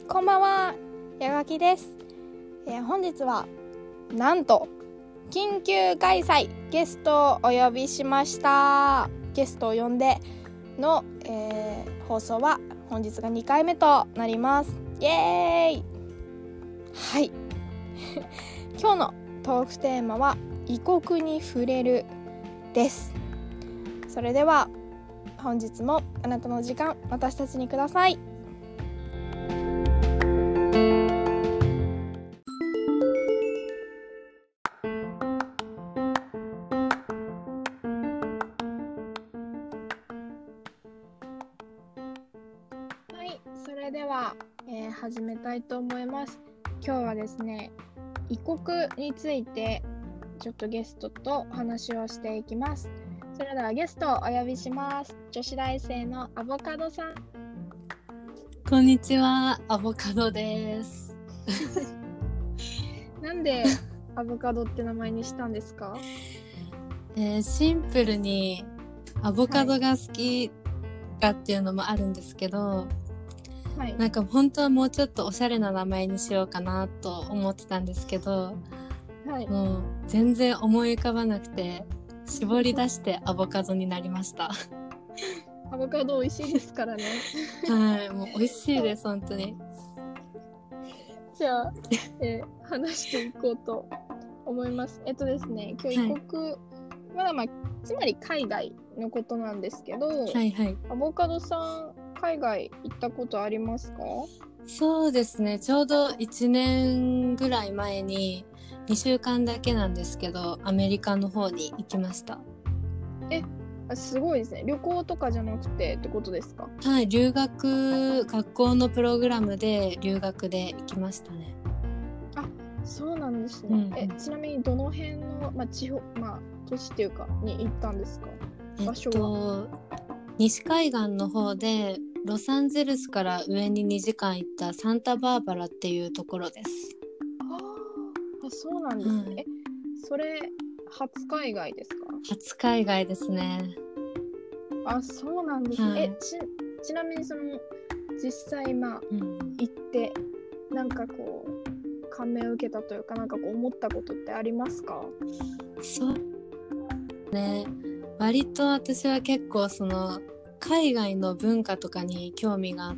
こんばんは、矢垣です。本日はなんと緊急開催ゲストをお呼びしました。ゲストを呼んでの、放送は本日が2回目となります。イエーイ。はい。今日のトークテーマは異国に触れるです。それでは本日もあなたの時間、私たちにください。はい、それでは、始めたいと思います。今日はですね、異国についてちょっとゲストと話をしていきます。それではゲストをお呼びします。女子大生のアボカドさん。 こんにちは、アボカドです。 なんでアボカドって名前にしたんですか？ シンプルにアボカドが好きかっていうのもあるんですけど、 はい、 なんか本当はもうちょっとおしゃれな名前にしようかなと思ってたんですけど、 はい、 もう全然思い浮かばなくて絞り出してアボカドになりました。 アボカド美味しいですからね。 はい、もう美味しいです本当に。 じゃあ、話していこうと思います。ですね、今日異国、つまり海外のことなんですけど、 はいはい。 アボカドさん、海外行ったことありますか？ そうですね、ちょうど1年ぐらい前に2週間だけなんですけど、アメリカの方に行きました。 すごいですね。旅行とかじゃなくてってことですか？ はい、学校のプログラムで留学で行きましたね。 あ、そうなんですね。ちなみにどの辺の、地方、都市っていうかに行ったんですか？場所は。 西海岸の方でロサンゼルスから上に2時間行ったサンタバーバラっていうところです。 そうなんですね。それ初海外ですか？ 初海外ですね。 そうなんですね。ちなみにその実際行ってなんかこう感銘を受けたというか、なんかこう思ったことってありますか？ そうね、割と私は結構その海外の文化とかに興味があって、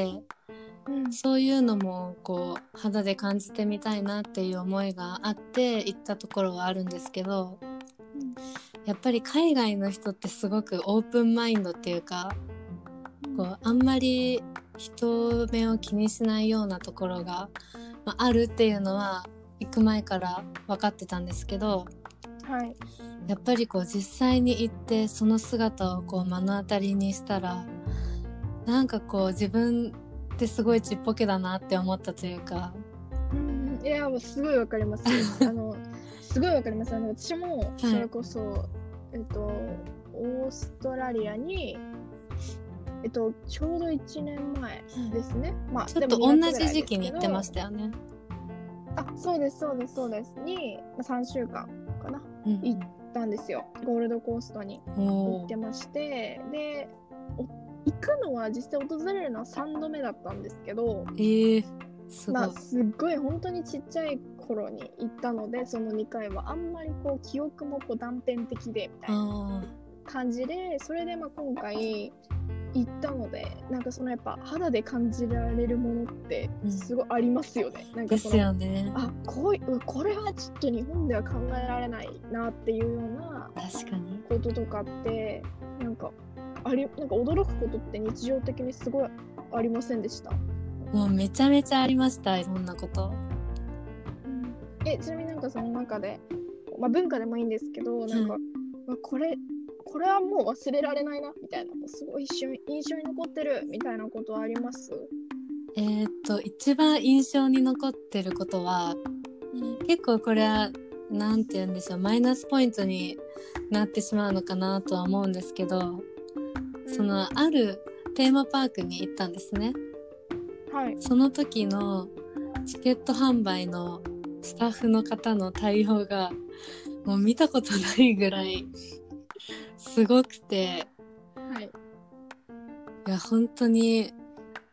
そういうのもこう肌で感じてみたいなっていう思いがあって行ったところはあるんですけど、やっぱり海外の人ってすごくオープンマインドっていうか、こうあんまり人目を気にしないようなところが、あるっていうのは行く前から分かってたんですけど、やっぱりこう実際に行ってその姿をこう目の当たりにしたら、なんかこう自分ってすごいちっぽけだなって思ったというか。 いや、もうすごいわかります。すごいわかります。私もそれこそ、オーストラリアにちょうど1年前ですね。 ちょっと同じ時期に行ってましたよね。 そうですに3週間かな、行ったんですよ。ゴールドコーストに行ってまして、で行くのは実際訪れるのは3度目だったんですけど、すっごい本当にちっちゃい頃に行ったので、その2回はあんまりこう記憶もこう断片的でみたいな感じで、それで今回行ったので、なんかそのやっぱ肌で感じられるものってすごいありますよね。なんかそのですよね。 これはちょっと日本では考えられないなっていうようなこととかってなんか驚くことって日常的にすごいありませんでした？ もうめちゃめちゃありました、いろんなこと。 ちなみになんかその中で、文化でもいいんですけど、なんか、これはもう忘れられないなみたいな、すごい印象に残ってるみたいなことはあります？ 一番印象に残ってることは、結構これはなんて言うんでしょう、マイナスポイントになってしまうのかなとは思うんですけど、そのあるテーマパークに行ったんですね。その時のチケット販売のスタッフの方の対応がもう見たことないぐらいすごくて、いや本当に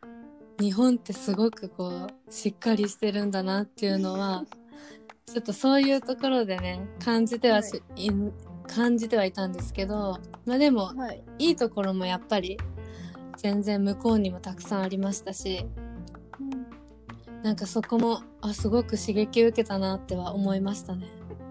日本ってすごくこうしっかりしてるんだなっていうのはちょっとそういうところでね感じてはいたんですけど、まあでも、はい、いいところもやっぱり全然向こうにもたくさんありましたし、なんかそこもすごく刺激を受けたなっては思いましたね。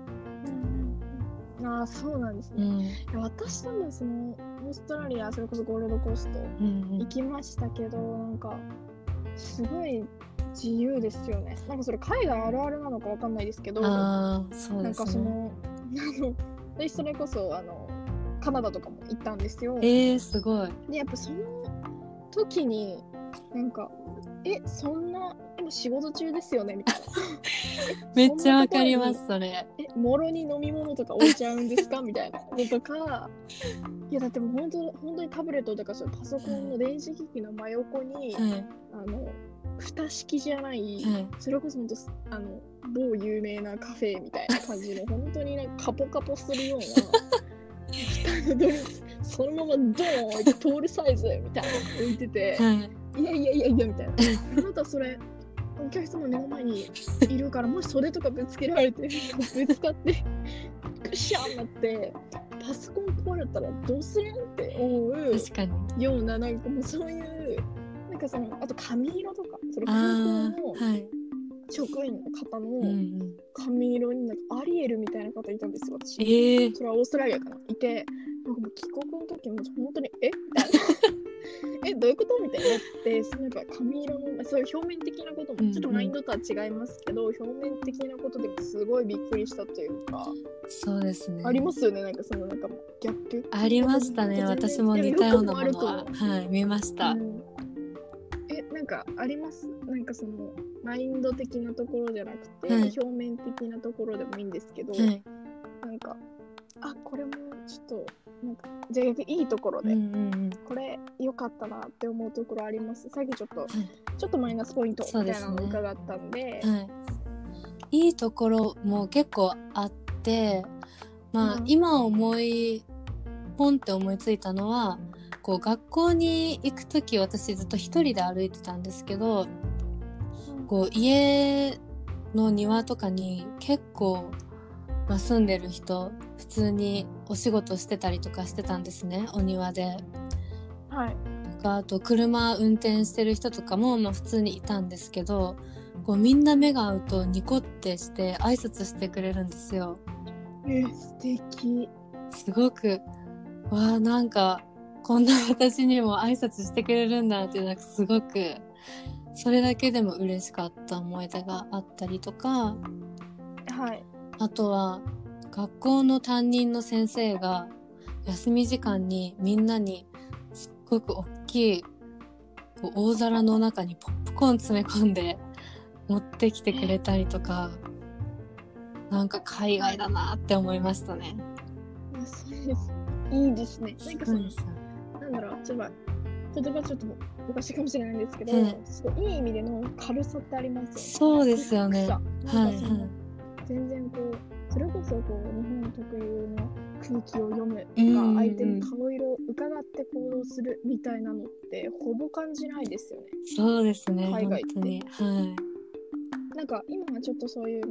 ああ、そうなんですね。私ともそのオーストラリア、それこそゴールドコースト行きましたけど、なんかすごい自由ですよね。なんかそれ海外あるあるなのかわかんないですけど、 そうですね、 なんかその私それこそカナダとかも行ったんですよ。 すごい。 でやっぱその時になんかそんな今仕事中ですよねみたいなめっちゃわかりますそれ。 もろに飲み物とか置いちゃうんですかみたいなのとか、いやだってもう本当にタブレットとかそのパソコンの電子機器の真横に、蓋式じゃない、それこそ本当某有名なカフェみたいな感じの本当になんかカポカポするような蓋のドリンクそのままドーン置いてトールサイズみたいなの置いてて、いやみたいなあなたそれお客様の目の前にいるからもし袖とかぶつけられてぶつかってクシャーなってパソコン壊れたらどうするんって思うようななんかもうそういうなんかそのあと髪色とかそれ空港の職員の方の髪色になんかアリエルみたいな方いたんですよ私、それはオーストラリアかないてなんかもう帰国の時も本当にみたいなどういうことみたいになってなんか髪色のそういう表面的なこともちょっとマインドとは違いますけど、表面的なことでもすごいびっくりしたというか。 そうですね、 ありますよねなんかそのなんかギャップありましたね。私も似たようなものは見ました、 なんかありますなんかそのマインド的なところじゃなくて、表面的なところでもいいんですけど、なんかこれもちょっとなんかじゃあいいところで、これ良かったなって思うところあります。さっきちょっとマイナスポイントみたいなのを伺ったんで、 いいところも結構あって、今ポンって思いついたのはこう学校に行くとき私ずっと一人で歩いてたんですけど、こう家の庭とかに結構、住んでる人普通にお仕事してたりとかしてたんですね、お庭で。とかあと車運転してる人とかも、普通にいたんですけど、こうみんな目が合うとニコってして挨拶してくれるんですよ。 素敵。 すごくなんかこんな私にも挨拶してくれるんだってなんかすごくそれだけでも嬉しかった思い出があったりとか、あとは学校の担任の先生が休み時間にみんなにすっごく大きい大皿の中にポップコーン詰め込んで持ってきてくれたりとか、なんか海外だなって思いましたね。 いいですね。なんかなんだろう、言葉ちょっとおかしいかもしれないんですけど、すごいいい意味での軽さってありますよね。 そうですよね。 全然こうそれこそこう日本特有の空気を読むとか、相手の顔色を伺って行動するみたいなのってほぼ感じないですよね。 そうですね。 海外って。 本当に。 なんか今はちょっとそういう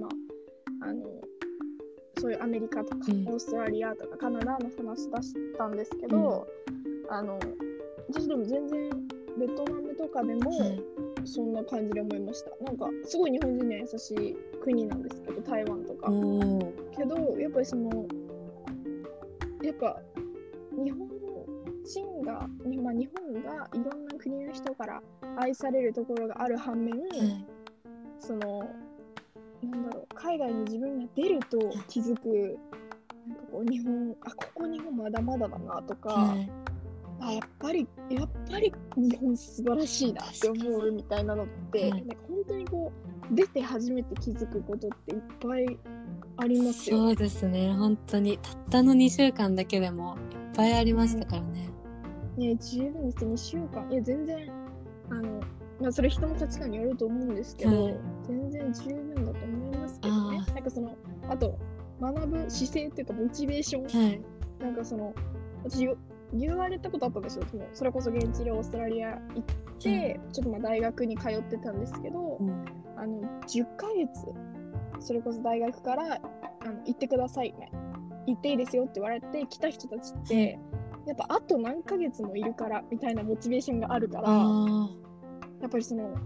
そういうアメリカとか、オーストラリアとかカナダの話出したんですけど、私でも全然ベトナムとかでもそんな感じで思いました。なんかすごい日本人には優しい国なんですけど、台湾とかけどやっぱりやっぱ日本がいろんな国の人から愛されるところがある反面、なんだろう、海外に自分が出ると気づくなんかこうここ日本まだまだだなとか、やっぱり日本素晴らしいなって思うみたいなのって、なんか本当にこう出て初めて気づくことっていっぱいありますよね。 そうですね、本当にたったの2週間だけでもいっぱいありましたからね。 十分です。2週間全然それ人の価値観によると思うんですけど、全然十分だと思いますけどね。なんかあと学ぶ姿勢っていうかモチベーション、なんか私言われたことあったんですよ。それこそ現地でオーストラリア行って、ちょっと大学に通ってたんですけど、10ヶ月それこそ大学から行ってくださいね、行っていいですよって言われて来た人たちって、やっぱあと何ヶ月もいるからみたいなモチベーションがあるから、やっぱりその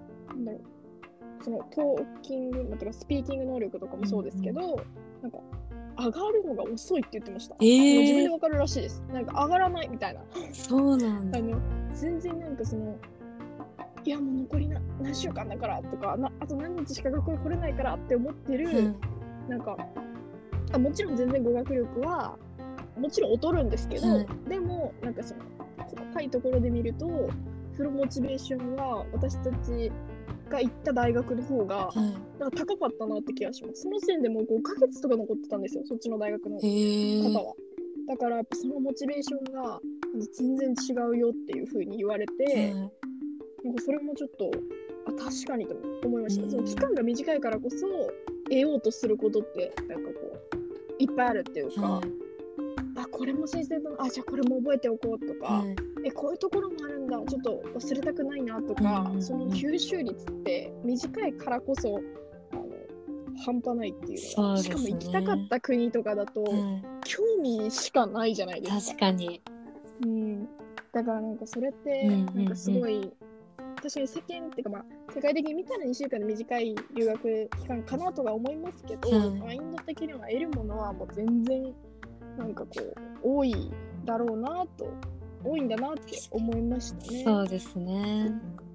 トーキングとかスピーキング能力とかもそうですけど、なんか上がるのが遅いって言ってました。自分でわかるらしいです。なんか上がらないみたいな。 そうなんだ。 全然なんかいやもう残り何週間だからとかあと何日しか学校に来れないからって思ってる、なんかもちろん全然語学力はもちろん劣るんですけど、でもなんか細かいところで見るとそのモチベーションは私たちが行った大学の方がなんか高かったなって気がします。その線でもう5ヶ月とか残ってたんですよ、そっちの大学の方は。だからやっぱそのモチベーションが全然違うよっていう風に言われて、なんかそれもちょっと確かにと思いました。その期間が短いからこそ得ようとすることってなんかこういっぱいあるっていうか、これも新鮮だな、じゃあこれも覚えておこうとか、こういうところもあるんだ、ちょっと忘れたくないなとか、その吸収率って短いからこそ半端ないっていうのが、しかも行きたかった国とかだと、興味しかないじゃないですか。 確かに。 だからなんかそれってなんかすごい、確かに世間っていうか世界的に見たら2週間で短い留学期間かなとは思いますけど、インド的には得るものはもう全然なんかこう多いんだなって思いましたね。 そうですね。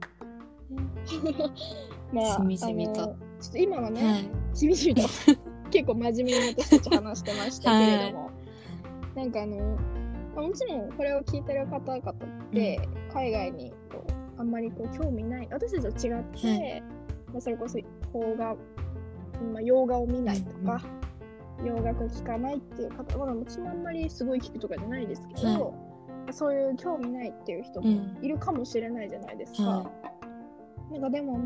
しみじみと。 ちょっと今はね、しみじみと結構真面目に私たち話してましたけれども、なんかもちろんこれを聞いてる方々って海外にあんまり興味ない、私たちと違って、それこそ洋画を見ないとか、洋楽を聴かないっていう方はもちろんあんまりすごい聞くとかじゃないですけど、そういう興味ないっていう人もいるかもしれないじゃないですか。なんかでも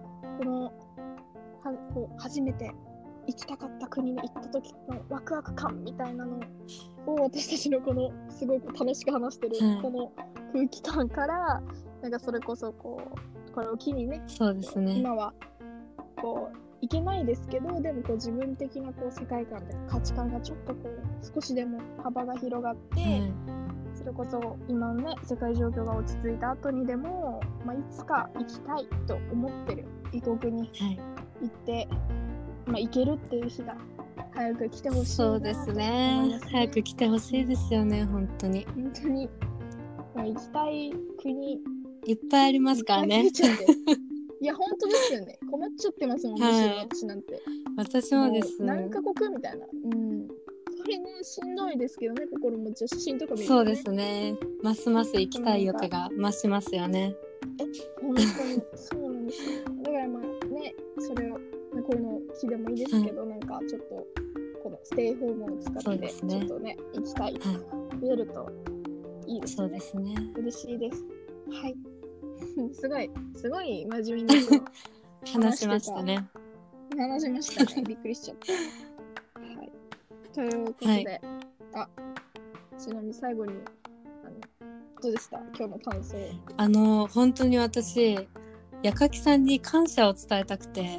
初めて行きたかった国に行った時のワクワク感みたいなのを私たちのすごく楽しく話してるこの空気感から、なんかそれこそこれを機にね、 そうですね、 今はいけないですけど、でも自分的な世界観とか価値観がちょっと少しでも幅が広がって、それこそ今のね世界状況が落ち着いた後にでも、いつか行きたいと思ってる異国に行って、行けるっていう日が早く来てほしいな。 そうですね、早く来てほしいですよね。本当に行きたい国いっぱいありますからね。 いや本当ですよね。困っちゃってますもん、私なんて。 私もです。 何カ国みたいな。それねしんどいですけどね、心持ち写真とか見るとね。 そうですね。ますます行きたい欲が増しますよね。 本当にそうなんですよ。だからそれをこういうの日でもいいですけど、なんかちょっとこのステイホームを使って、ちょっとね行きたいとか見えるといいですね。 そうですね。 嬉しいです。はい。すごい真面目に話しましたね。 びっくりしちゃった。はい。ということで、ちなみに最後にどうでした？今日の感想。 本当に私、矢垣さんに感謝を伝えたくて。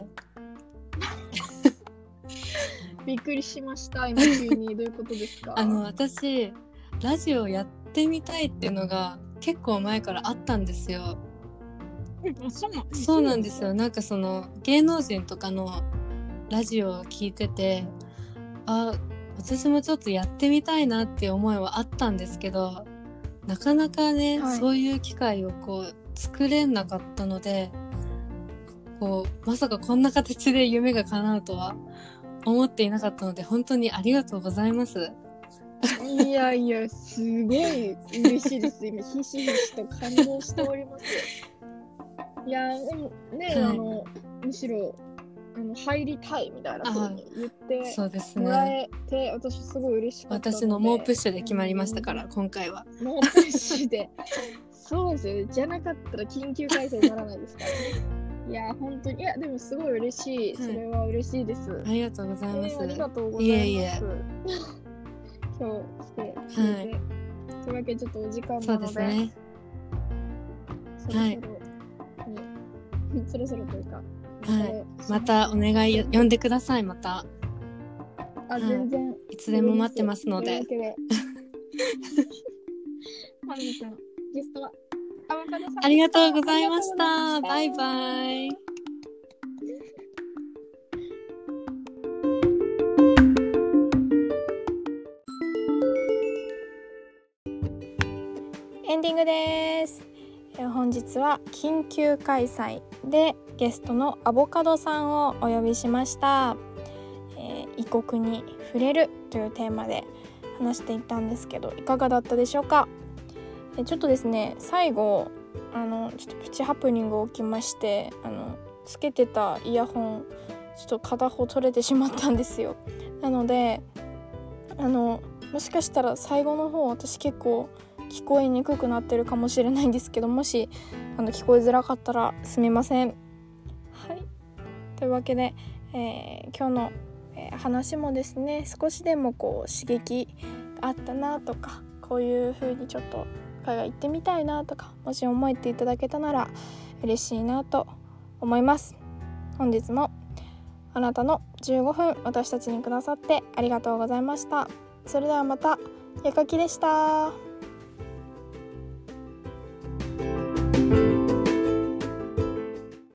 びっくりしました。今急にどういうことですか？ 私ラジオやってみたいっていうのが結構前からあったんですよ。そうなんですよ。なんか芸能人とかのラジオを聞いてて、私もちょっとやってみたいなっていう思いはあったんですけど、なかなかね、そういう機会を作れなかったので、まさかこんな形で夢が叶うとは思っていなかったので、本当にありがとうございます。 いやいや、すごい嬉しいです。今ひしひしと感動しております。いやでもね、むしろ入りたいみたいな風に言ってもらえて、私すごい嬉しかったので。 私の猛プッシュで決まりましたから、今回は。 猛プッシュで。そうですよね。じゃなかったら緊急開催にならないですからね。いや本当に、でもすごい嬉しい。それは嬉しいです。 ありがとうございます。 ありがとうございます。今日来てくれて。 というわけでちょっとお時間なので、 そうですね。 そろそろというか、 またお願い呼んでください。また全然いつでも待ってますので。 本日のゲストはアボカドさんでした。 ありがとうございました。バイバイ。 エンディングです。本日は緊急開催でゲストのアボカドさんをお呼びしました。異国に触れるというテーマで話していったんですけど、いかがだったでしょうか。ちょっとですね、最後ちょっとプチハプニング起きまして、つけてたイヤホンちょっと片方取れてしまったんですよ。なのでもしかしたら最後の方私結構聞こえにくくなってるかもしれないんですけど、もし聞こえづらかったらすみません。はい、というわけで、今日の、話もですね、少しでもこう刺激あったなとか、こういう風にちょっと海外行ってみたいなとか、もし思えていただけたなら嬉しいなと思います。本日もあなたの15分私たちにくださってありがとうございました。それではまた。やかきでした。